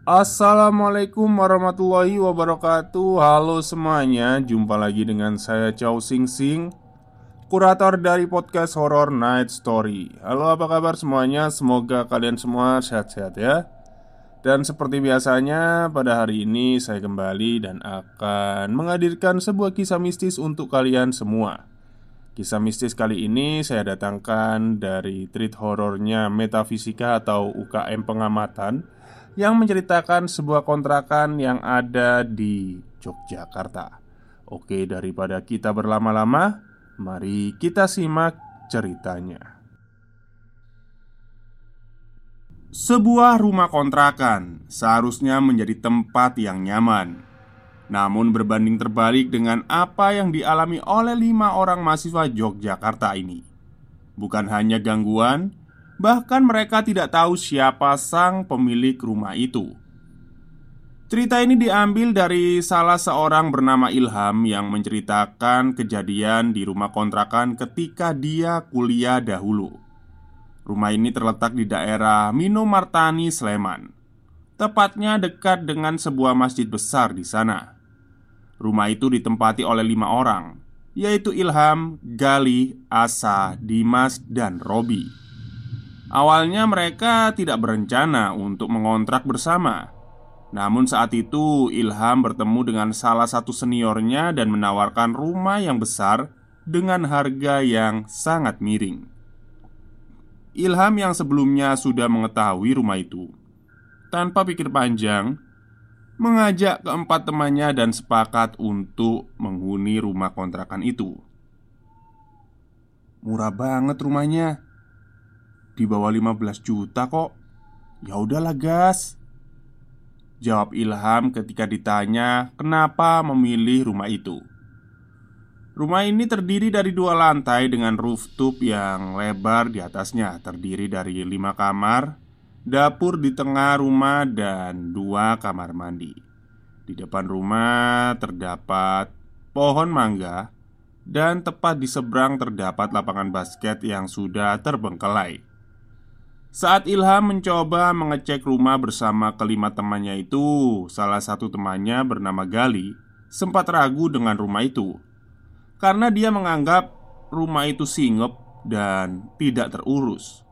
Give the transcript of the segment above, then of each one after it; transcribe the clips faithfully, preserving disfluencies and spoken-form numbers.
Assalamualaikum warahmatullahi wabarakatuh. Halo semuanya, jumpa lagi dengan saya Chow Sing Sing, kurator dari podcast Horror Night Story. Halo, apa kabar semuanya? Semoga kalian semua sehat-sehat ya. Dan seperti biasanya, pada hari ini saya kembali dan akan menghadirkan sebuah kisah mistis untuk kalian semua. Kisah mistis kali ini saya datangkan dari treat horornya Metafisika atau U K M Pengamatan, yang menceritakan sebuah kontrakan yang ada di Yogyakarta. Oke, daripada kita berlama-lama, mari kita simak ceritanya. Sebuah rumah kontrakan seharusnya menjadi tempat yang nyaman. Namun berbanding terbalik dengan apa yang dialami oleh lima orang mahasiswa Yogyakarta ini. Bukan hanya gangguan, bahkan mereka tidak tahu siapa sang pemilik rumah itu. Cerita ini diambil dari salah seorang bernama Ilham yang menceritakan kejadian di rumah kontrakan ketika dia kuliah dahulu. Rumah ini terletak di daerah Minomartani, Sleman. Tepatnya dekat dengan sebuah masjid besar di sana. Rumah itu ditempati oleh lima orang, yaitu Ilham, Gali, Asa, Dimas, dan Robi. Awalnya mereka tidak berencana untuk mengontrak bersama. Namun saat itu Ilham bertemu dengan salah satu seniornya dan menawarkan rumah yang besar dengan harga yang sangat miring. Ilham yang sebelumnya sudah mengetahui rumah itu, tanpa pikir panjang, mengajak keempat temannya dan sepakat untuk menghuni rumah kontrakan itu. Murah banget rumahnya, di bawah lima belas juta kok. Ya udahlah gas, jawab Ilham ketika ditanya kenapa memilih rumah itu. Rumah ini terdiri dari dua lantai dengan rooftop yang lebar di atasnya. Terdiri dari lima kamar, dapur di tengah rumah, dan dua kamar mandi. Di depan rumah terdapat pohon mangga, dan tepat di seberang terdapat lapangan basket yang sudah terbengkelai. Saat Ilham mencoba mengecek rumah bersama kelima temannya itu, salah satu temannya bernama Gali sempat ragu dengan rumah itu karena dia menganggap rumah itu singep dan tidak terurus.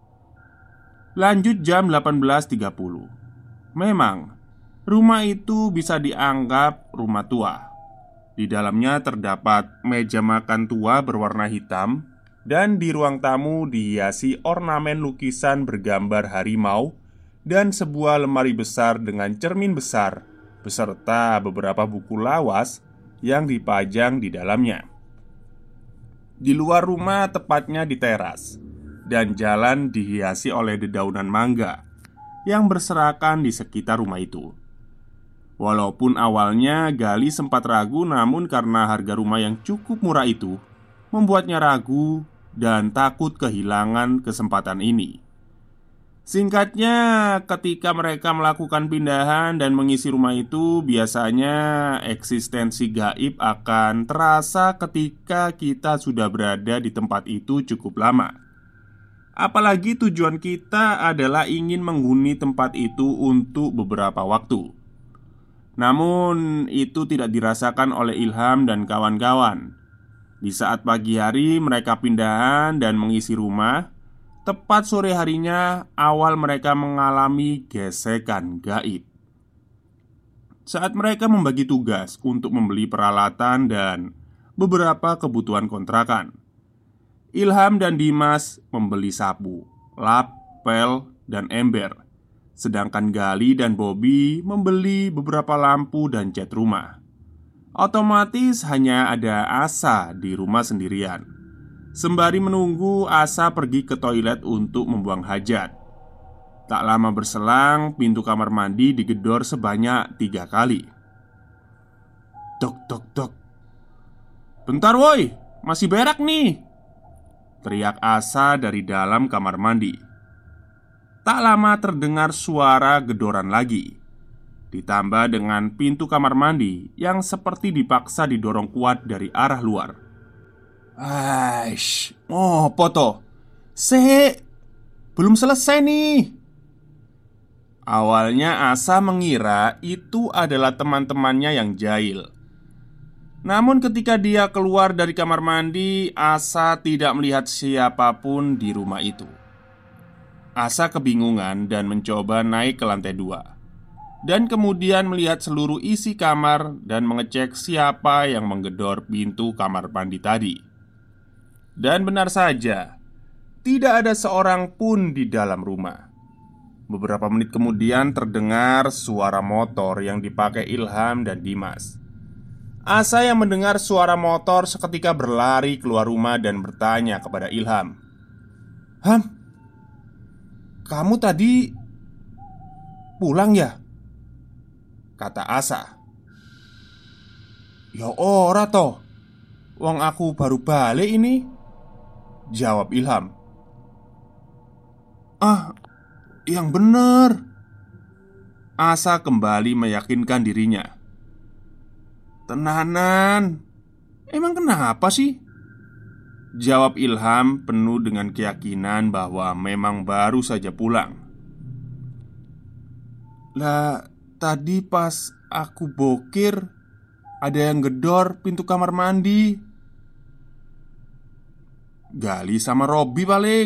Lanjut jam delapan belas tiga puluh. Memang, rumah itu bisa dianggap rumah tua. Di dalamnya terdapat meja makan tua berwarna hitam, dan di ruang tamu dihiasi ornamen lukisan bergambar harimau dan sebuah lemari besar dengan cermin besar beserta beberapa buku lawas yang dipajang di dalamnya. Di luar rumah, tepatnya di teras, dan jalan dihiasi oleh dedaunan mangga yang berserakan di sekitar rumah itu. Walaupun awalnya Gali sempat ragu, namun karena harga rumah yang cukup murah itu membuatnya ragu dan takut kehilangan kesempatan ini. Singkatnya, ketika mereka melakukan pindahan dan mengisi rumah itu, biasanya eksistensi gaib akan terasa ketika kita sudah berada di tempat itu cukup lama. Apalagi tujuan kita adalah ingin menghuni tempat itu untuk beberapa waktu. Namun, itu tidak dirasakan oleh Ilham dan kawan-kawan. Di saat pagi hari mereka pindahan dan mengisi rumah, tepat sore harinya awal mereka mengalami gesekan gaib. Saat mereka membagi tugas untuk membeli peralatan dan beberapa kebutuhan kontrakan, Ilham dan Dimas membeli sapu, lap, pel, dan ember. Sedangkan Gali dan Bobby membeli beberapa lampu dan cat rumah. Otomatis hanya ada Asa di rumah sendirian. Sembari menunggu, Asa pergi ke toilet untuk membuang hajat. Tak lama berselang, pintu kamar mandi digedor sebanyak tiga kali. Tok tok tok. "Bentar woi, masih berak nih," teriak Asa dari dalam kamar mandi. Tak lama terdengar suara gedoran lagi, ditambah dengan pintu kamar mandi yang seperti dipaksa didorong kuat dari arah luar. "Aish, oh poto, se, belum selesai nih," Awalnya Asa mengira itu adalah teman-temannya yang jahil. Namun ketika dia keluar dari kamar mandi, Asa tidak melihat siapapun di rumah itu. Asa kebingungan dan mencoba naik ke lantai dua, dan kemudian melihat seluruh isi kamar dan mengecek siapa yang menggedor pintu kamar mandi tadi. Dan benar saja, tidak ada seorang pun di dalam rumah. Beberapa menit kemudian terdengar suara motor yang dipakai Ilham dan Dimas. Asa yang mendengar suara motor seketika berlari keluar rumah dan bertanya kepada Ilham, "Ham, kamu tadi pulang ya?" kata Asa. "Ya ora toh, wong aku baru balik ini," jawab Ilham. "Ah, yang bener." Asa kembali meyakinkan dirinya. "Tenanan, emang kenapa sih?" jawab Ilham penuh dengan keyakinan bahwa memang baru saja pulang. "Lah, tadi pas aku bokir, ada yang gedor pintu kamar mandi. Gali sama Robi paling."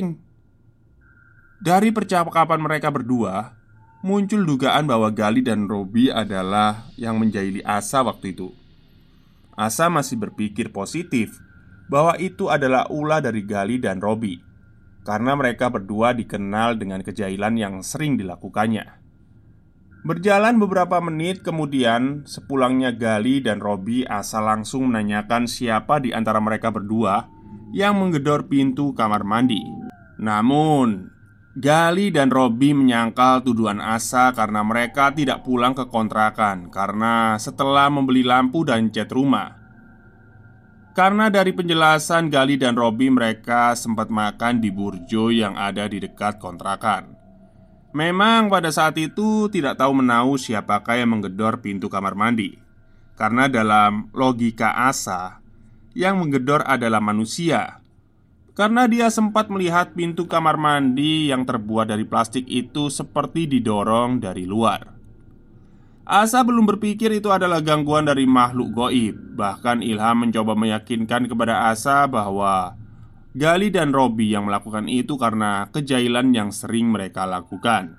Dari percakapan mereka berdua, muncul dugaan bahwa Gali dan Robi adalah yang menjahili Asa waktu itu. Asa masih berpikir positif bahwa itu adalah ulah dari Gali dan Robi, karena mereka berdua dikenal dengan kejahilan yang sering dilakukannya. Berjalan beberapa menit kemudian, sepulangnya Gali dan Robi, Asa langsung menanyakan siapa di antara mereka berdua yang menggedor pintu kamar mandi. Namun Gali dan Robi menyangkal tuduhan Asa karena mereka tidak pulang ke kontrakan karena setelah membeli lampu dan cat rumah. Karena dari penjelasan Gali dan Robi, mereka sempat makan di burjo yang ada di dekat kontrakan. Memang pada saat itu tidak tahu menahu siapakah yang menggedor pintu kamar mandi, karena dalam logika Asa, yang menggedor adalah manusia. Karena dia sempat melihat pintu kamar mandi yang terbuat dari plastik itu seperti didorong dari luar. Asa belum berpikir itu adalah gangguan dari makhluk goib. Bahkan Ilham mencoba meyakinkan kepada Asa bahwa Gali dan Robi yang melakukan itu karena kejahilan yang sering mereka lakukan.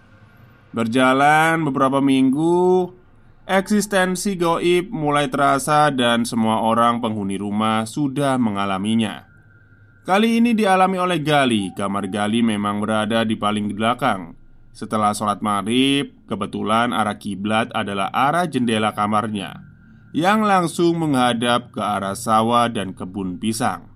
Berjalan beberapa minggu, eksistensi goib mulai terasa dan semua orang penghuni rumah sudah mengalaminya. Kali ini dialami oleh Gali. Kamar Gali memang berada di paling belakang. Setelah sholat maghrib, kebetulan arah kiblat adalah arah jendela kamarnya, yang langsung menghadap ke arah sawah dan kebun pisang.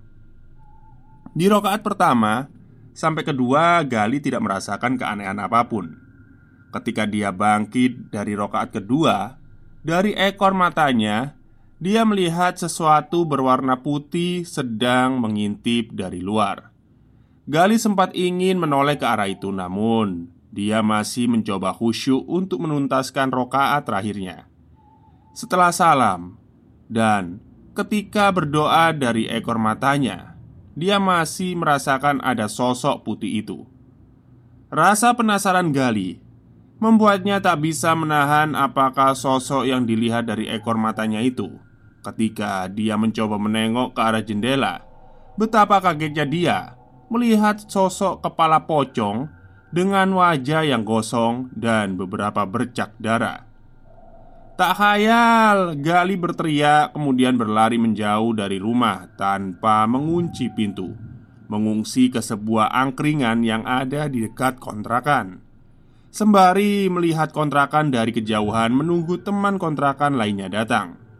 Di rakaat pertama sampai kedua, Gali tidak merasakan keanehan apapun. Ketika dia bangkit dari rakaat kedua, dari ekor matanya dia melihat sesuatu berwarna putih sedang mengintip dari luar. Gali sempat ingin menoleh ke arah itu, namun dia masih mencoba khusyuk untuk menuntaskan rakaat terakhirnya. Setelah salam dan ketika berdoa dari ekor matanya, dia masih merasakan ada sosok putih itu. Rasa penasaran Gali membuatnya tak bisa menahan apakah sosok yang dilihat dari ekor matanya itu. Ketika dia mencoba menengok ke arah jendela, betapa kagetnya dia melihat sosok kepala pocong dengan wajah yang gosong dan beberapa bercak darah. Tak khayal, Gali berteriak kemudian berlari menjauh dari rumah tanpa mengunci pintu, mengungsi ke sebuah angkringan yang ada di dekat kontrakan. Sembari melihat kontrakan dari kejauhan menunggu teman kontrakan lainnya datang.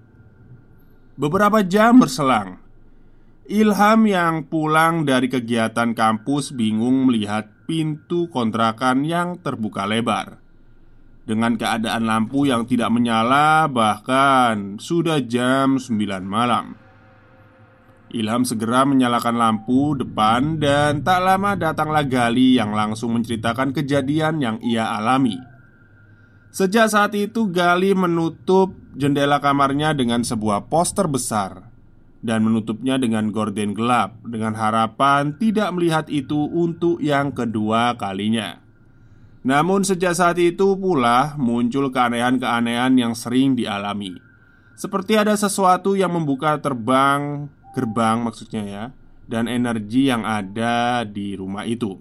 Beberapa jam berselang, Ilham yang pulang dari kegiatan kampus bingung melihat pintu kontrakan yang terbuka lebar. Dengan keadaan lampu yang tidak menyala, bahkan sudah jam sembilan malam. Ilham segera menyalakan lampu depan dan tak lama datanglah Gali yang langsung menceritakan kejadian yang ia alami. Sejak saat itu Gali menutup jendela kamarnya dengan sebuah poster besar dan menutupnya dengan gorden gelap dengan harapan tidak melihat itu untuk yang kedua kalinya. Namun sejak saat itu pula muncul keanehan-keanehan yang sering dialami. Seperti ada sesuatu yang membuka terbang gerbang maksudnya ya, dan energi yang ada di rumah itu.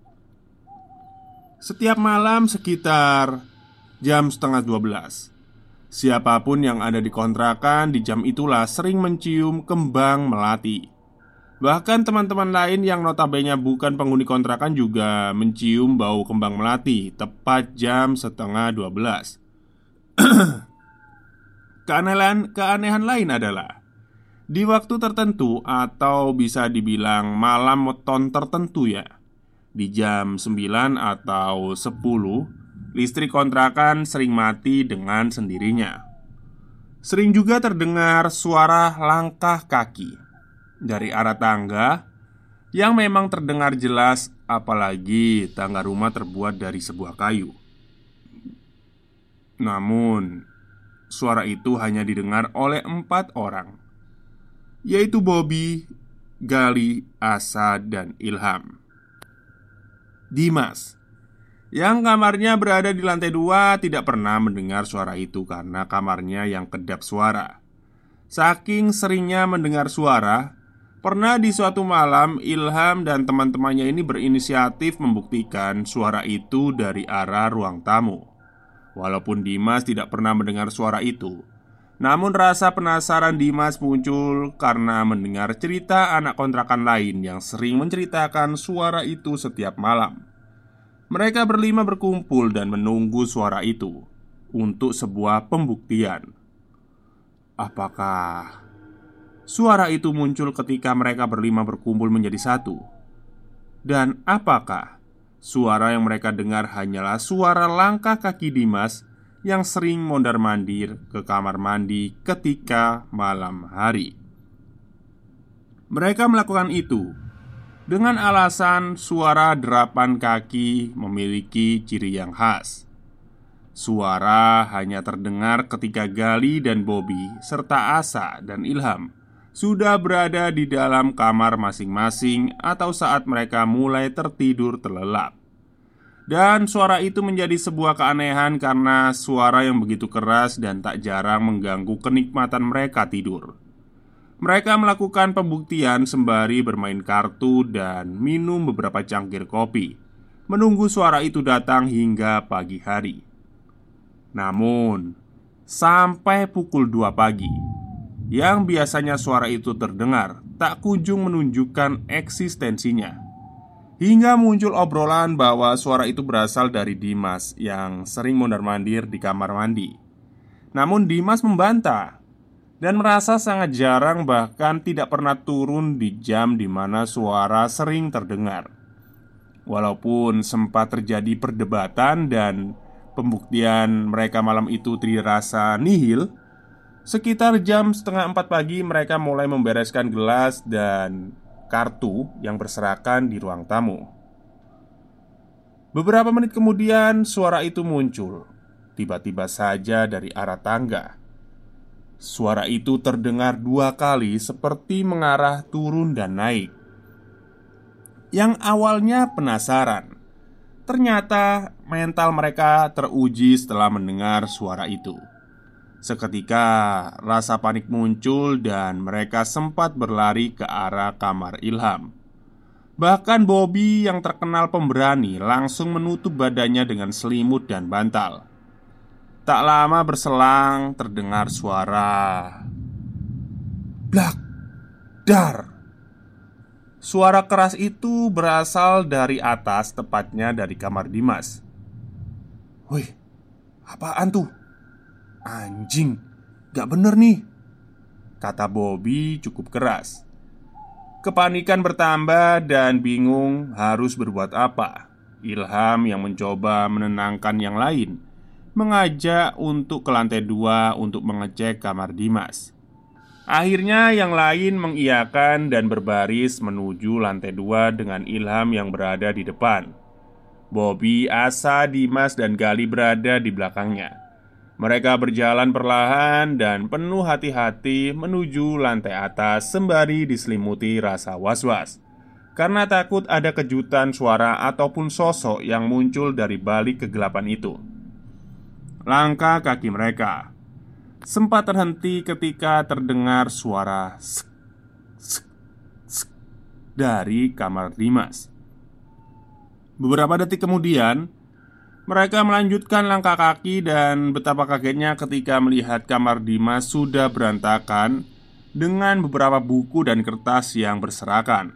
Setiap malam sekitar jam setengah dua belas, siapapun yang ada di kontrakan di jam itulah sering mencium kembang melati. Bahkan teman-teman lain yang notabene bukan penghuni kontrakan juga mencium bau kembang melati tepat jam setengah dua belas. Keanehan, keanehan lain adalah di waktu tertentu atau bisa dibilang malam weton tertentu ya, di jam sembilan atau sepuluh, listrik kontrakan sering mati dengan sendirinya. Sering juga terdengar suara langkah kaki dari arah tangga yang memang terdengar jelas, apalagi tangga rumah terbuat dari sebuah kayu. Namun, suara itu hanya didengar oleh empat orang, yaitu Bobby, Gali, Asa, dan Ilham. Dimas, yang kamarnya berada di lantai dua, tidak pernah mendengar suara itu karena kamarnya yang kedap suara. Saking seringnya mendengar suara, pernah di suatu malam Ilham dan teman-temannya ini berinisiatif membuktikan suara itu dari arah ruang tamu. Walaupun Dimas tidak pernah mendengar suara itu, namun rasa penasaran Dimas muncul karena mendengar cerita anak kontrakan lain yang sering menceritakan suara itu setiap malam. Mereka berlima berkumpul dan menunggu suara itu untuk sebuah pembuktian. Apakah suara itu muncul ketika mereka berlima berkumpul menjadi satu? Dan apakah suara yang mereka dengar hanyalah suara langkah kaki Dimas yang sering mondar-mandir ke kamar mandi ketika malam hari? Mereka melakukan itu dengan alasan suara derapan kaki memiliki ciri yang khas. Suara hanya terdengar ketika Gali dan Bobby serta Asa dan Ilham sudah berada di dalam kamar masing-masing atau saat mereka mulai tertidur terlelap. Dan suara itu menjadi sebuah keanehan karena suara yang begitu keras dan tak jarang mengganggu kenikmatan mereka tidur. Mereka melakukan pembuktian sembari bermain kartu dan minum beberapa cangkir kopi, menunggu suara itu datang hingga pagi hari. Namun, sampai pukul dua pagi, yang biasanya suara itu terdengar tak kunjung menunjukkan eksistensinya. Hingga muncul obrolan bahwa suara itu berasal dari Dimas yang sering mondar-mandir di kamar mandi. Namun Dimas membantah dan merasa sangat jarang, bahkan tidak pernah turun di jam di mana suara sering terdengar. Walaupun sempat terjadi perdebatan dan pembuktian mereka malam itu dirasa nihil, sekitar jam setengah empat pagi mereka mulai membereskan gelas dan kartu yang berserakan di ruang tamu. Beberapa menit kemudian suara itu muncul tiba-tiba saja dari arah tangga. Suara itu terdengar dua kali seperti mengarah turun dan naik. Yang awalnya penasaran, ternyata mental mereka teruji setelah mendengar suara itu. Seketika rasa panik muncul dan mereka sempat berlari ke arah kamar Ilham. Bahkan Bobby yang terkenal pemberani langsung menutup badannya dengan selimut dan bantal. Tak lama berselang terdengar suara blak, dar. Suara keras itu berasal dari atas, tepatnya dari kamar Dimas. "Wih, apaan tuh? Anjing, gak bener nih," kata Bobby cukup keras. Kepanikan bertambah dan bingung harus berbuat apa. Ilham yang mencoba menenangkan yang lain mengajak untuk ke lantai dua untuk mengecek kamar Dimas. Akhirnya yang lain mengiyakan dan berbaris menuju lantai dua dengan Ilham yang berada di depan. Bobby, Asa, Dimas, dan Gali berada di belakangnya. Mereka berjalan perlahan dan penuh hati-hati menuju lantai atas sembari diselimuti rasa was-was. karena takut ada kejutan suara ataupun sosok yang muncul dari balik kegelapan itu. Langkah kaki mereka sempat terhenti ketika terdengar suara sek, sek, sek dari kamar Dimas. Beberapa detik kemudian, mereka melanjutkan langkah kaki dan betapa kagetnya ketika melihat kamar Dimas sudah berantakan dengan beberapa buku dan kertas yang berserakan.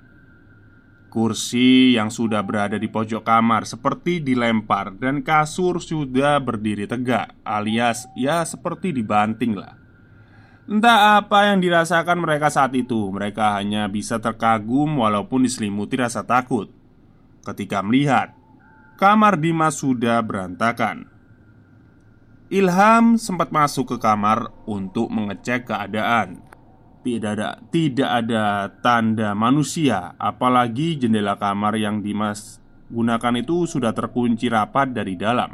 Kursi yang sudah berada di pojok kamar seperti dilempar dan kasur sudah berdiri tegak, alias ya seperti dibanting lah. Entah apa yang dirasakan mereka saat itu. Mereka hanya bisa terkagum walaupun diselimuti rasa takut ketika melihat kamar Dimas sudah berantakan. Ilham sempat masuk ke kamar untuk mengecek keadaan. Tidak ada, tidak ada tanda manusia, apalagi jendela kamar yang Dimas gunakan itu sudah terkunci rapat dari dalam.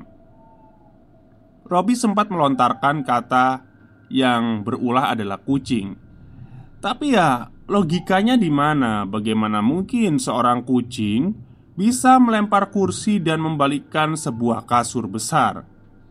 Robi sempat melontarkan kata yang berulah adalah kucing. Tapi ya, logikanya di mana? Bagaimana mungkin seorang kucing bisa melempar kursi dan membalikkan sebuah kasur besar?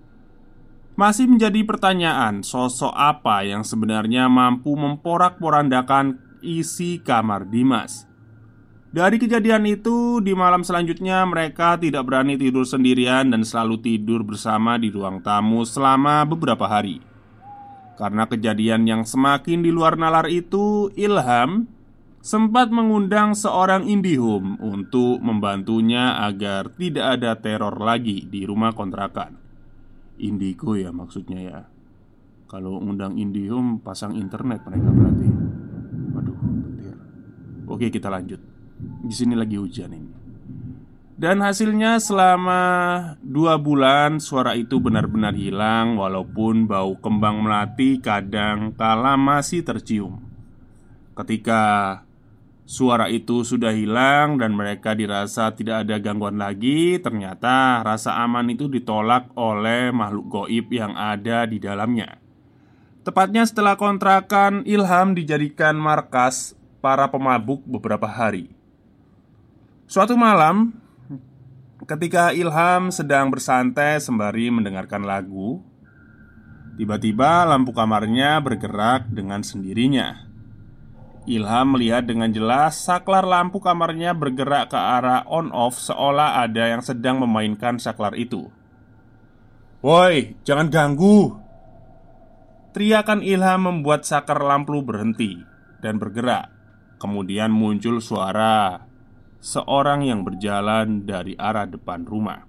Masih menjadi pertanyaan, sosok apa yang sebenarnya mampu memporak-porandakan isi kamar Dimas. Dari kejadian itu, di malam selanjutnya mereka tidak berani tidur sendirian dan selalu tidur bersama di ruang tamu selama beberapa hari. Karena kejadian yang semakin di luar nalar itu, Ilham sempat mengundang seorang IndiHome untuk membantunya agar tidak ada teror lagi di rumah kontrakan. Indigo ya maksudnya ya. Kalau ngundang IndiHome pasang internet mereka berarti. Waduh, petir. Oke, kita lanjut. Di sini lagi hujan ini. Dan hasilnya selama dua bulan suara itu benar-benar hilang. Walaupun bau kembang melati kadang kala masih tercium. Ketika suara itu sudah hilang dan mereka dirasa tidak ada gangguan lagi, ternyata rasa aman itu ditolak oleh makhluk goib yang ada di dalamnya. Tepatnya setelah kontrakan Ilham dijadikan markas para pemabuk beberapa hari. Suatu malam, ketika Ilham sedang bersantai sembari mendengarkan lagu, tiba-tiba lampu kamarnya bergerak dengan sendirinya. Ilham melihat dengan jelas saklar lampu kamarnya bergerak ke arah on-off seolah ada yang sedang memainkan saklar itu. "Woi, jangan ganggu!" Teriakan Ilham membuat saklar lampu berhenti dan bergerak. Kemudian muncul suara seorang yang berjalan dari arah depan rumah.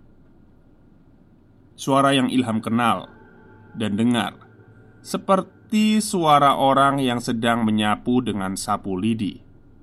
Suara yang Ilham kenal dan dengar, seperti suara orang yang sedang menyapu dengan sapu lidi.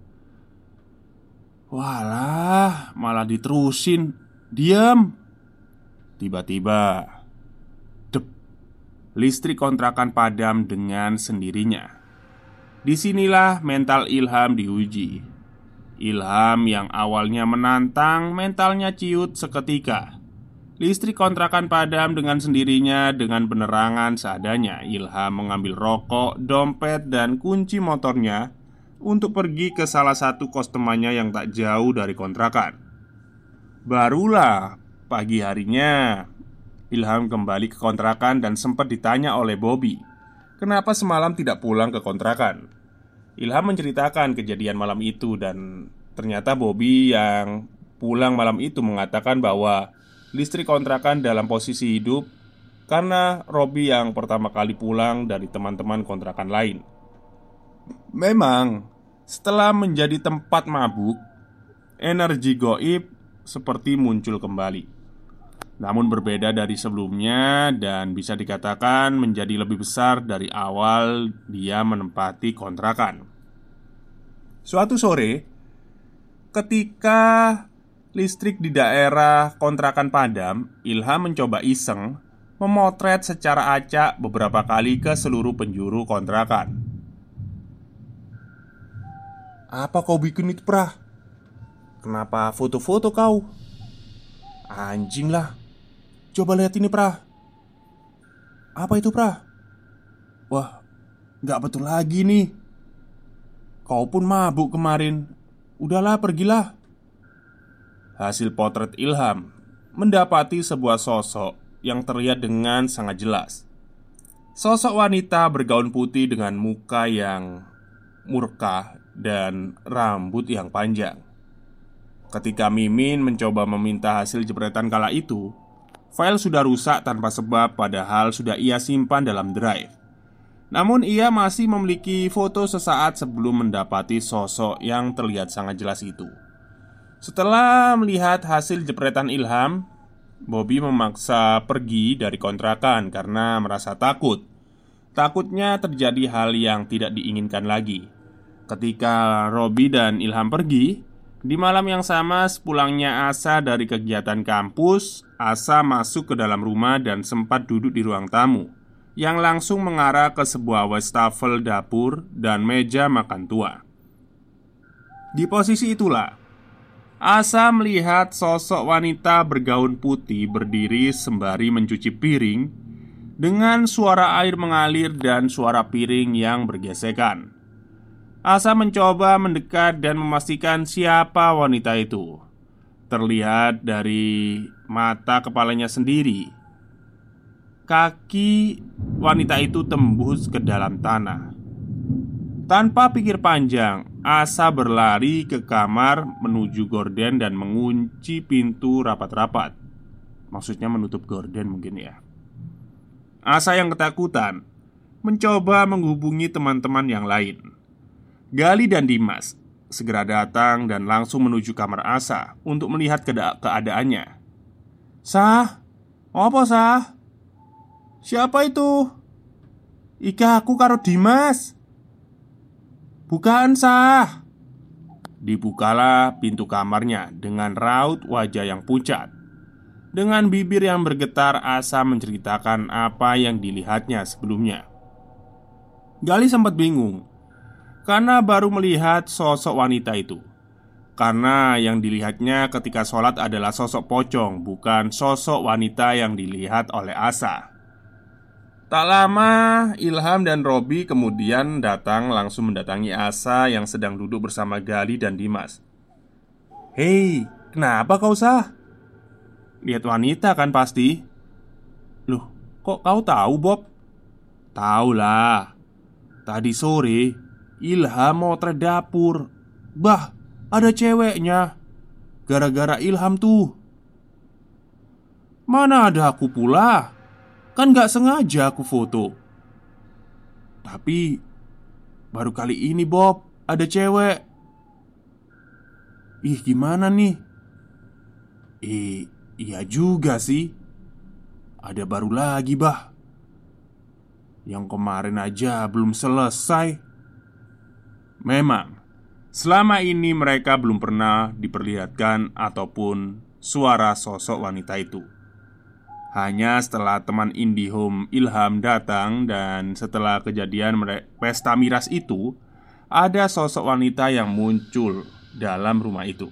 Walah, malah diterusin. Diam. Tiba-tiba, dep, listrik kontrakan padam dengan sendirinya. Disinilah mental Ilham diuji. Ilham yang awalnya menantang, mentalnya ciut seketika. Listrik kontrakan padam dengan sendirinya dengan penerangan seadanya. Ilham mengambil rokok, dompet, dan kunci motornya untuk pergi ke salah satu kos temannya yang tak jauh dari kontrakan. Barulah pagi harinya Ilham kembali ke kontrakan dan sempat ditanya oleh Bobby, kenapa semalam tidak pulang ke kontrakan. Ilham menceritakan kejadian malam itu dan ternyata Bobby yang pulang malam itu mengatakan bahwa listrik kontrakan dalam posisi hidup karena Robby yang pertama kali pulang dari teman-teman kontrakan lain. Memang, setelah menjadi tempat mabuk, energi goib seperti muncul kembali. Namun berbeda dari sebelumnya dan bisa dikatakan menjadi lebih besar dari awal dia menempati kontrakan. Suatu sore, ketika listrik di daerah kontrakan padam, Ilham mencoba iseng memotret secara acak beberapa kali ke seluruh penjuru kontrakan. "Apa kau bikin itu, Prah? Kenapa foto-foto kau?" "Anjing lah. Coba lihat ini, Prah." "Apa itu, Prah?" "Wah, gak betul lagi nih. Kau pun mabuk kemarin. Udahlah, pergilah." Hasil potret Ilham mendapati sebuah sosok yang terlihat dengan sangat jelas. Sosok wanita bergaun putih dengan muka yang murka dan rambut yang panjang. Ketika Mimin mencoba meminta hasil jepretan kala itu, file sudah rusak tanpa sebab padahal sudah ia simpan dalam drive. Namun ia masih memiliki foto sesaat sebelum mendapati sosok yang terlihat sangat jelas itu. Setelah melihat hasil jepretan Ilham, Bobby memaksa pergi dari kontrakan karena merasa takut. Takutnya terjadi hal yang tidak diinginkan lagi. Ketika Robby dan Ilham pergi, di malam yang sama sepulangnya Asa dari kegiatan kampus, Asa masuk ke dalam rumah dan sempat duduk di ruang tamu yang langsung mengarah ke sebuah wastafel dapur dan meja makan tua. Di posisi itulah Asa melihat sosok wanita bergaun putih berdiri sembari mencuci piring dengan suara air mengalir dan suara piring yang bergesekan. Asa mencoba mendekat dan memastikan siapa wanita itu. Terlihat dari mata kepalanya sendiri, kaki wanita itu tembus ke dalam tanah. Tanpa pikir panjang, Asa berlari ke kamar menuju gorden dan mengunci pintu rapat-rapat. Maksudnya menutup gorden mungkin ya. Asa yang ketakutan mencoba menghubungi teman-teman yang lain. Gali dan Dimas segera datang dan langsung menuju kamar Asa untuk melihat keada- keadaannya. "Sah, apa Sah? Siapa itu?" "Ika aku karo Dimas." "Bukaan Sah." Dibukalah pintu kamarnya dengan raut wajah yang pucat. Dengan bibir yang bergetar, Asa menceritakan apa yang dilihatnya sebelumnya. Gali sempat bingung karena baru melihat sosok wanita itu. Karena yang dilihatnya ketika sholat adalah sosok pocong, bukan sosok wanita yang dilihat oleh Asa. Tak lama, Ilham dan Robby kemudian datang langsung mendatangi Asa yang sedang duduk bersama Gali dan Dimas. "Hei, kenapa kau Sah? Lihat wanita kan pasti?" "Loh, kok kau tahu Bob?" "Tahu lah. Tadi sore Ilham motret dapur. Bah, ada ceweknya. Gara-gara Ilham tuh." "Mana ada aku pula. Kan gak sengaja aku foto." "Tapi baru kali ini Bob ada cewek." "Ih, gimana nih?" "Eh, iya juga sih. Ada baru lagi bah. Yang kemarin aja belum selesai." Memang selama ini mereka belum pernah diperlihatkan ataupun suara sosok wanita itu. Hanya setelah teman IndiHome Ilham datang dan setelah kejadian mere- pesta miras itu, ada sosok wanita yang muncul dalam rumah itu.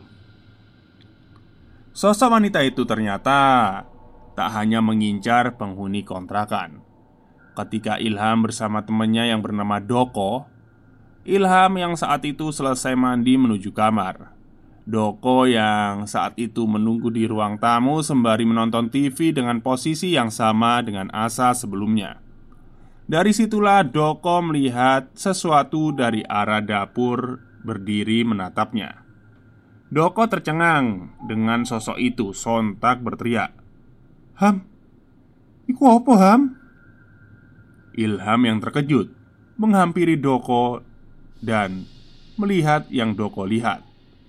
Sosok wanita itu ternyata tak hanya mengincar penghuni kontrakan. Ketika Ilham bersama temannya yang bernama Doko, Ilham yang saat itu selesai mandi menuju kamar. Doko yang saat itu menunggu di ruang tamu sembari menonton T V dengan posisi yang sama dengan Asa sebelumnya. Dari situlah Doko melihat sesuatu dari arah dapur berdiri menatapnya. Doko tercengang dengan sosok itu, sontak berteriak, "Ham, iku apa Ham?" Ilham yang terkejut menghampiri Doko dan melihat yang Doko lihat.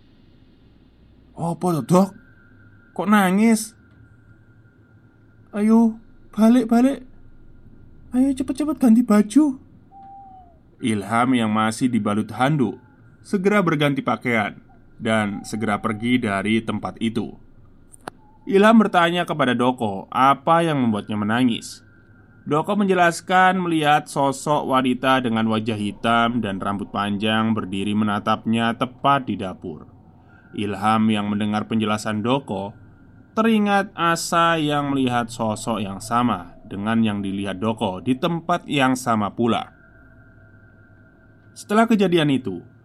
"Apa tuh Dok? Kok nangis?" "Ayo balik-balik. Ayo cepet-cepet ganti baju." Ilham yang masih dibalut handuk segera berganti pakaian dan segera pergi dari tempat itu. Ilham bertanya kepada Doko apa yang membuatnya menangis. Doko menjelaskan melihat sosok wanita dengan wajah hitam dan rambut panjang berdiri menatapnya tepat di dapur. Ilham yang mendengar penjelasan Doko teringat Asa yang melihat sosok yang sama dengan yang dilihat Doko di tempat yang sama pula. Setelah kejadian itu,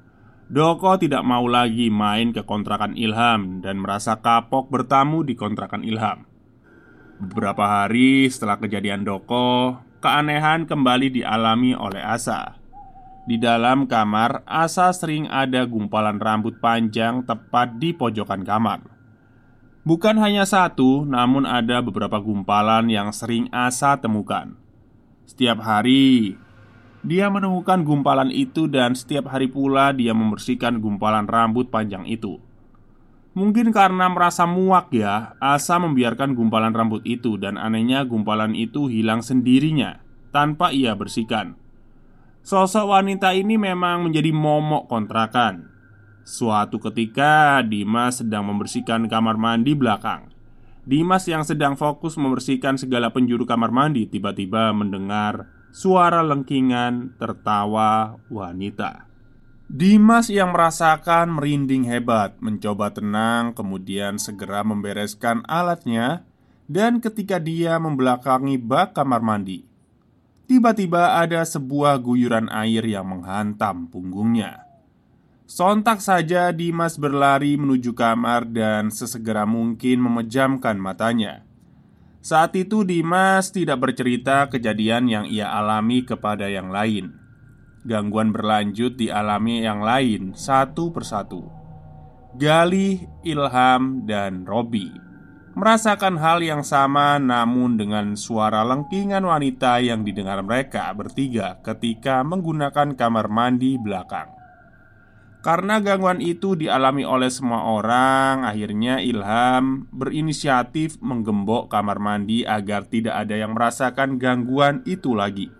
Doko tidak mau lagi main ke kontrakan Ilham dan merasa kapok bertamu di kontrakan Ilham. Beberapa hari setelah kejadian Doko, keanehan kembali dialami oleh Asa. Di dalam kamar, Asa sering ada gumpalan rambut panjang tepat di pojokan kamar. Bukan hanya satu, namun ada beberapa gumpalan yang sering Asa temukan. Setiap hari, dia menemukan gumpalan itu dan setiap hari pula dia membersihkan gumpalan rambut panjang itu. Mungkin karena merasa muak ya, Asa membiarkan gumpalan rambut itu dan anehnya gumpalan itu hilang sendirinya tanpa ia bersihkan. Sosok wanita ini memang menjadi momok kontrakan. Suatu ketika Dimas sedang membersihkan kamar mandi belakang. Dimas yang sedang fokus membersihkan segala penjuru kamar mandi tiba-tiba mendengar suara lengkingan tertawa wanita. Dimas yang merasakan merinding hebat mencoba tenang, kemudian segera membereskan alatnya. Dan ketika dia membelakangi bak kamar mandi, tiba-tiba ada sebuah guyuran air yang menghantam punggungnya. Sontak saja Dimas berlari menuju kamar dan sesegera mungkin memejamkan matanya. Saat itu Dimas tidak bercerita kejadian yang ia alami kepada yang lain. Gangguan berlanjut dialami yang lain satu persatu. Galih, Ilham, dan Robi merasakan hal yang sama namun dengan suara lengkingan wanita yang didengar mereka bertiga ketika menggunakan kamar mandi belakang. Karena gangguan itu dialami oleh semua orang, akhirnya Ilham berinisiatif menggembok kamar mandi agar tidak ada yang merasakan gangguan itu lagi.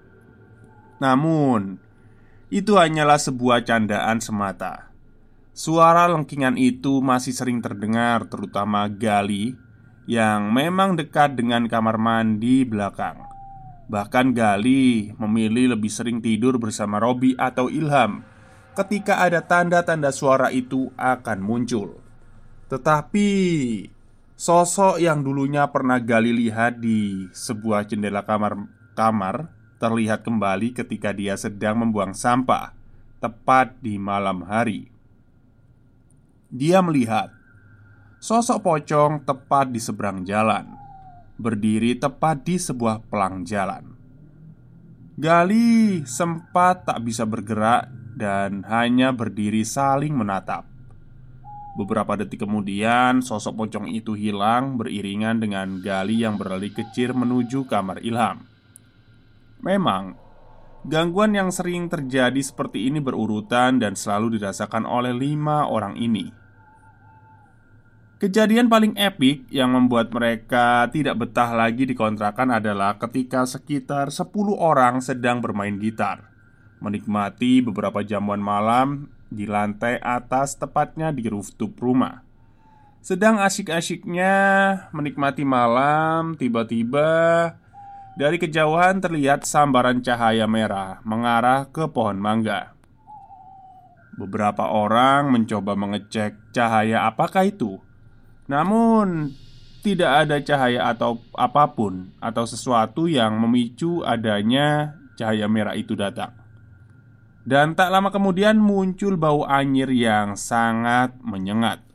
Namun, itu hanyalah sebuah candaan semata. Suara lengkingan itu masih sering terdengar, terutama Gali yang memang dekat dengan kamar mandi belakang. Bahkan Gali memilih lebih sering tidur bersama Robi atau Ilham ketika ada tanda-tanda suara itu akan muncul. Tetapi sosok yang dulunya pernah Gali lihat di sebuah jendela kamar kamar terlihat kembali ketika dia sedang membuang sampah tepat di malam hari. Dia melihat sosok pocong tepat di seberang jalan, berdiri tepat di sebuah pelang jalan. Gali sempat tak bisa bergerak dan hanya berdiri saling menatap. Beberapa detik kemudian, sosok pocong itu hilang beriringan dengan Gali yang berlari kecil menuju kamar Ilham. Memang, gangguan yang sering terjadi seperti ini berurutan dan selalu dirasakan oleh lima orang ini. Kejadian paling epik yang membuat mereka tidak betah lagi di kontrakan adalah ketika sekitar sepuluh orang sedang bermain gitar, menikmati beberapa jamuan malam di lantai atas, tepatnya di rooftop rumah. Sedang asyik-asyiknya menikmati malam, tiba-tiba dari kejauhan terlihat sambaran cahaya merah mengarah ke pohon mangga. Beberapa orang mencoba mengecek cahaya apakah itu. Namun, tidak ada cahaya atau apapun atau sesuatu yang memicu adanya cahaya merah itu datang. Dan tak lama kemudian muncul bau anyir yang sangat menyengat.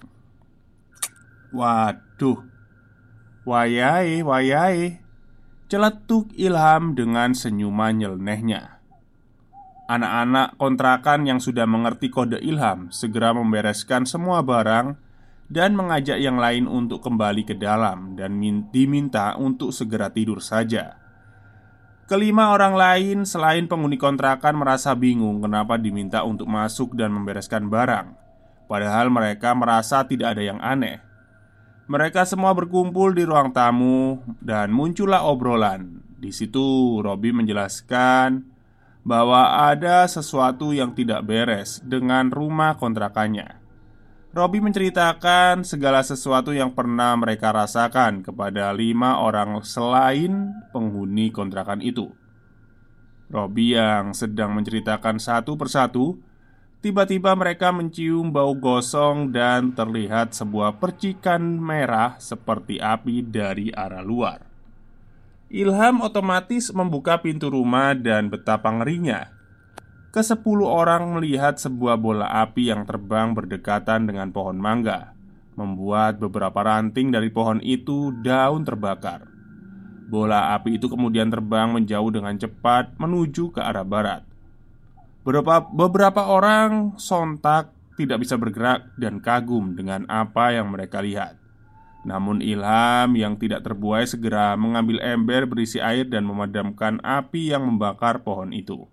Waduh, wayai, wayai, celetuk Ilham dengan senyuman nyelenehnya. Anak-anak kontrakan yang sudah mengerti kode Ilham segera membereskan semua barang dan mengajak yang lain untuk kembali ke dalam dan diminta untuk segera tidur saja. Kelima orang lain selain penghuni kontrakan merasa bingung kenapa diminta untuk masuk dan membereskan barang, padahal mereka merasa tidak ada yang aneh. Mereka semua berkumpul di ruang tamu dan muncullah obrolan. Di situ Robi menjelaskan bahwa ada sesuatu yang tidak beres dengan rumah kontrakannya. Robi menceritakan segala sesuatu yang pernah mereka rasakan kepada lima orang selain penghuni kontrakan itu. Robi yang sedang menceritakan satu persatu, tiba-tiba mereka mencium bau gosong dan terlihat sebuah percikan merah seperti api dari arah luar. Ilham otomatis membuka pintu rumah dan betapa ngerinya Kesepuluh orang melihat sebuah bola api yang terbang berdekatan dengan pohon mangga, membuat beberapa ranting dari pohon itu daun terbakar. Bola api itu kemudian terbang menjauh dengan cepat menuju ke arah barat. Beberapa, beberapa orang sontak tidak bisa bergerak dan kagum dengan apa yang mereka lihat. Namun Ilham yang tidak terbuai segera mengambil ember berisi air dan memadamkan api yang membakar pohon itu.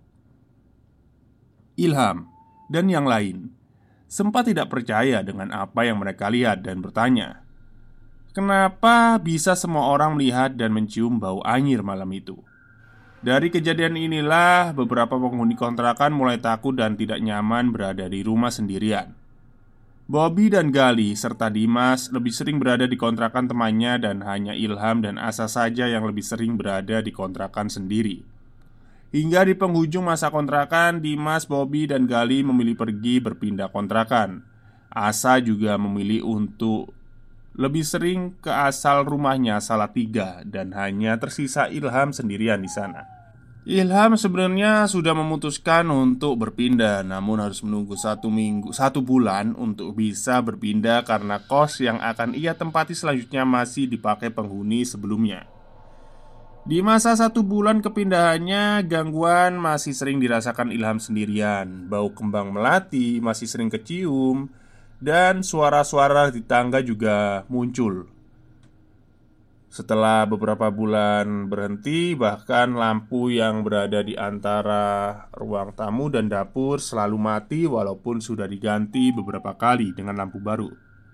Ilham dan yang lain sempat tidak percaya dengan apa yang mereka lihat dan bertanya, kenapa bisa semua orang melihat dan mencium bau anyir malam itu? Dari kejadian inilah beberapa penghuni kontrakan mulai takut dan tidak nyaman berada di rumah sendirian. Bobby dan Gali serta Dimas lebih sering berada di kontrakan temannya dan hanya Ilham dan Asa saja yang lebih sering berada di kontrakan sendiri. Hingga di penghujung masa kontrakan, Dimas, Bobby, dan Gali memilih pergi berpindah kontrakan. Asa juga memilih untuk lebih sering ke asal rumahnya Salatiga dan hanya tersisa Ilham sendirian di sana. Ilham sebenarnya sudah memutuskan untuk berpindah, namun harus menunggu satu minggu, satu bulan untuk bisa berpindah karena kos yang akan ia tempati selanjutnya masih dipakai penghuni sebelumnya. Di masa satu bulan kepindahannya, gangguan masih sering dirasakan Ilham sendirian. Bau kembang melati masih sering kecium, dan suara-suara di tangga juga muncul. Setelah beberapa bulan berhenti, bahkan lampu yang berada di antara ruang tamu dan dapur selalu mati walaupun sudah diganti beberapa kali dengan lampu baru.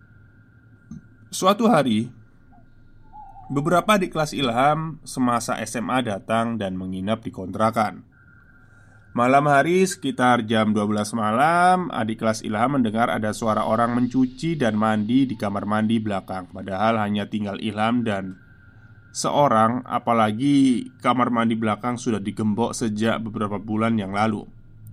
Suatu hari, beberapa adik kelas Ilham semasa S M A datang dan menginap di kontrakan. Malam hari sekitar jam dua belas malam, adik kelas Ilham mendengar ada suara orang mencuci dan mandi di kamar mandi belakang. Padahal hanya tinggal Ilham dan seorang, apalagi kamar mandi belakang sudah digembok sejak beberapa bulan yang lalu.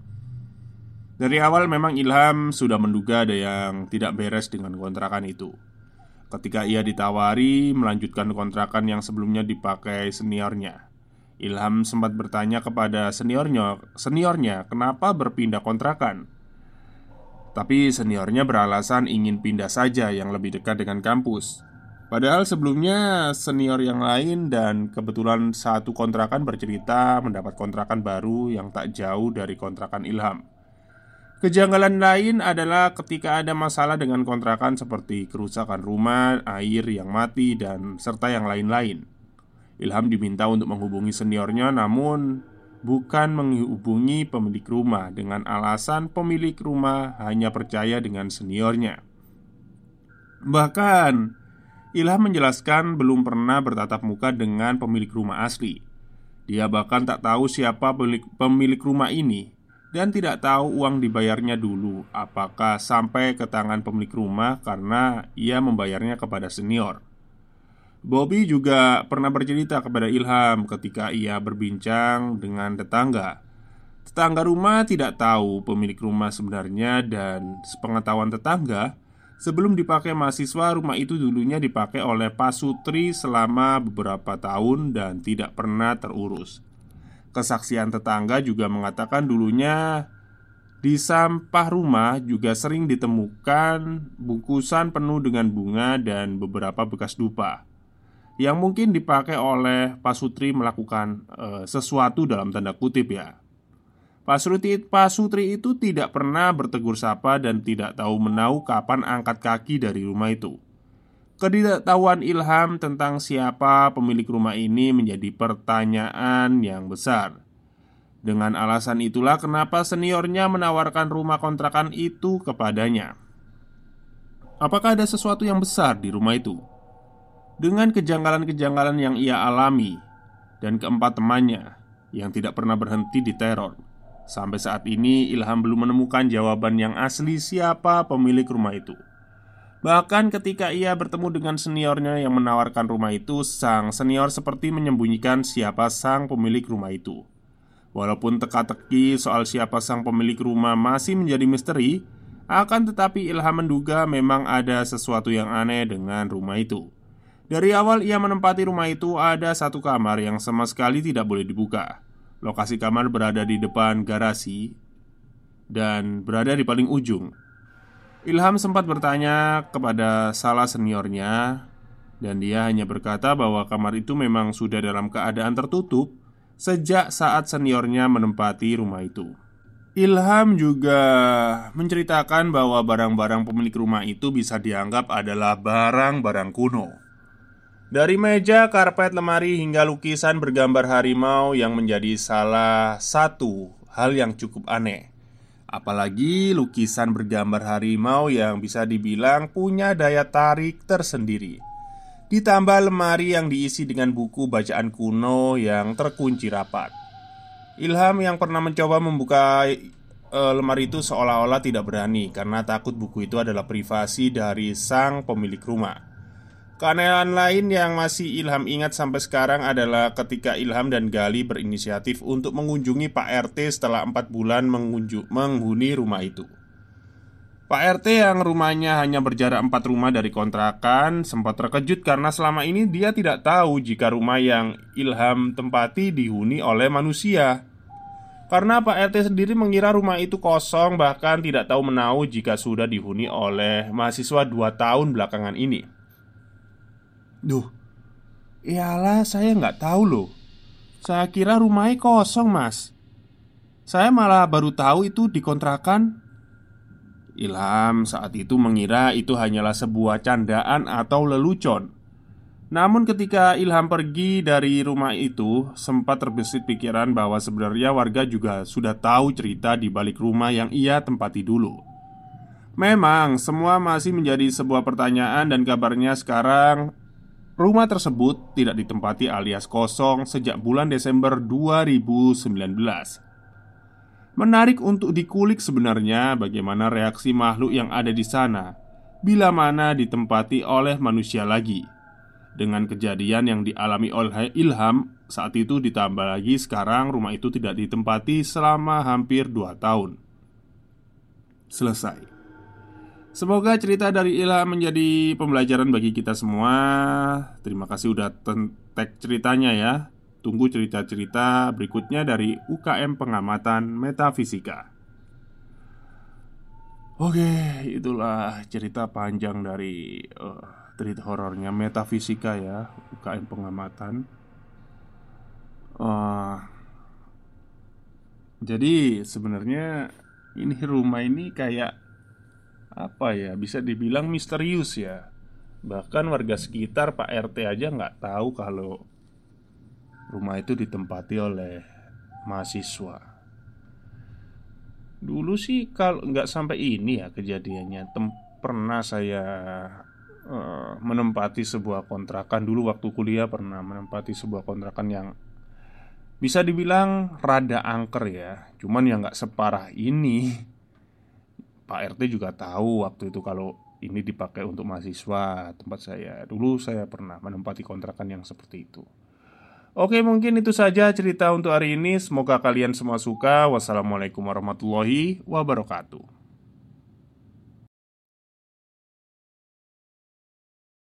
Dari awal memang Ilham sudah menduga ada yang tidak beres dengan kontrakan itu. Ketika ia ditawari melanjutkan kontrakan yang sebelumnya dipakai seniornya, Ilham sempat bertanya kepada seniornya, seniornya kenapa berpindah kontrakan. Tapi seniornya beralasan ingin pindah saja yang lebih dekat dengan kampus. Padahal sebelumnya senior yang lain dan kebetulan satu kontrakan bercerita mendapat kontrakan baru yang tak jauh dari kontrakan Ilham. Kejanggalan lain adalah ketika ada masalah dengan kontrakan seperti kerusakan rumah, air yang mati, dan serta yang lain-lain. Ilham diminta untuk menghubungi seniornya, namun bukan menghubungi pemilik rumah dengan alasan pemilik rumah hanya percaya dengan seniornya. Bahkan Ilham menjelaskan belum pernah bertatap muka dengan pemilik rumah asli. Dia bahkan tak tahu siapa pemilik, pemilik rumah ini dan tidak tahu uang dibayarnya dulu apakah sampai ke tangan pemilik rumah karena ia membayarnya kepada senior. Bobby juga pernah bercerita kepada Ilham ketika ia berbincang dengan tetangga. Tetangga rumah tidak tahu pemilik rumah sebenarnya dan sepengetahuan tetangga, sebelum dipakai mahasiswa, rumah itu dulunya dipakai oleh Pak Sutri selama beberapa tahun dan tidak pernah terurus. Kesaksian tetangga juga mengatakan dulunya di sampah rumah juga sering ditemukan bungkusan penuh dengan bunga dan beberapa bekas dupa yang mungkin dipakai oleh Pak Sutri melakukan e, sesuatu dalam tanda kutip ya. Pak Sutri, Pak Sutri itu tidak pernah bertegur sapa dan tidak tahu menahu kapan angkat kaki dari rumah itu. Ketidaktahuan Ilham tentang siapa pemilik rumah ini menjadi pertanyaan yang besar. Dengan alasan itulah kenapa seniornya menawarkan rumah kontrakan itu kepadanya. Apakah ada sesuatu yang besar di rumah itu? Dengan kejanggalan-kejanggalan yang ia alami dan keempat temannya yang tidak pernah berhenti diteror, sampai saat ini Ilham belum menemukan jawaban yang asli siapa pemilik rumah itu. Bahkan ketika ia bertemu dengan seniornya yang menawarkan rumah itu, sang senior seperti menyembunyikan siapa sang pemilik rumah itu. Walaupun teka-teki soal siapa sang pemilik rumah masih menjadi misteri, akan tetapi Ilham menduga memang ada sesuatu yang aneh dengan rumah itu. Dari awal ia menempati rumah itu ada satu kamar yang sama sekali tidak boleh dibuka. Lokasi kamar berada di depan garasi dan berada di paling ujung. Ilham sempat bertanya kepada salah seniornya, dan dia hanya berkata bahwa kamar itu memang sudah dalam keadaan tertutup sejak saat seniornya menempati rumah itu. Ilham juga menceritakan bahwa barang-barang pemilik rumah itu bisa dianggap adalah barang-barang kuno. Dari meja, karpet, lemari, hingga lukisan bergambar harimau yang menjadi salah satu hal yang cukup aneh. Apalagi lukisan bergambar harimau yang bisa dibilang punya daya tarik tersendiri. Ditambah lemari yang diisi dengan buku bacaan kuno yang terkunci rapat. Ilham yang pernah mencoba membuka e, lemari itu seolah-olah tidak berani karena takut buku itu adalah privasi dari sang pemilik rumah. Keanehan lain yang masih Ilham ingat sampai sekarang adalah ketika Ilham dan Gali berinisiatif untuk mengunjungi Pak R T setelah empat bulan mengunjung, menghuni rumah itu. Pak R T yang rumahnya hanya berjarak empat rumah dari kontrakan sempat terkejut karena selama ini dia tidak tahu jika rumah yang Ilham tempati dihuni oleh manusia. Karena Pak R T sendiri mengira rumah itu kosong, bahkan tidak tahu menahu jika sudah dihuni oleh mahasiswa dua tahun belakangan ini. Duh, iyalah saya nggak tahu loh. Saya kira rumahnya kosong mas. Saya malah baru tahu itu dikontrakan. Ilham saat itu mengira itu hanyalah sebuah candaan atau lelucon. Namun ketika Ilham pergi dari rumah itu, sempat terbesit pikiran bahwa sebenarnya warga juga sudah tahu cerita di balik rumah yang ia tempati dulu. Memang semua masih menjadi sebuah pertanyaan dan kabarnya sekarang rumah tersebut tidak ditempati alias kosong sejak bulan Desember dua ribu sembilan belas. Menarik untuk dikulik sebenarnya bagaimana reaksi makhluk yang ada di sana bila mana ditempati oleh manusia lagi. Dengan kejadian yang dialami oleh Ilham saat itu ditambah lagi sekarang rumah itu tidak ditempati selama hampir dua tahun. Selesai. Semoga cerita dari Ilham menjadi pembelajaran bagi kita semua. Terima kasih udah tag ceritanya ya. Tunggu cerita-cerita berikutnya dari U K M Pengamatan Metafisika. Oke, itulah cerita panjang dari uh, cerita horornya Metafisika ya, U K M Pengamatan. uh, Jadi sebenarnya ini rumah ini kayak apa ya, bisa dibilang misterius ya. Bahkan warga sekitar Pak R T aja nggak tahu kalau rumah itu ditempati oleh mahasiswa. Dulu sih kalau nggak sampai ini ya kejadiannya. Tem pernah saya uh, menempati sebuah kontrakan dulu waktu kuliah, pernah menempati sebuah kontrakan yang bisa dibilang rada angker ya. Cuman ya nggak separah ini. Pak R T juga tahu waktu itu kalau ini dipakai untuk mahasiswa tempat saya. Dulu saya pernah menempati kontrakan yang seperti itu. Oke, mungkin itu saja cerita untuk hari ini. Semoga kalian semua suka. Wassalamualaikum warahmatullahi wabarakatuh.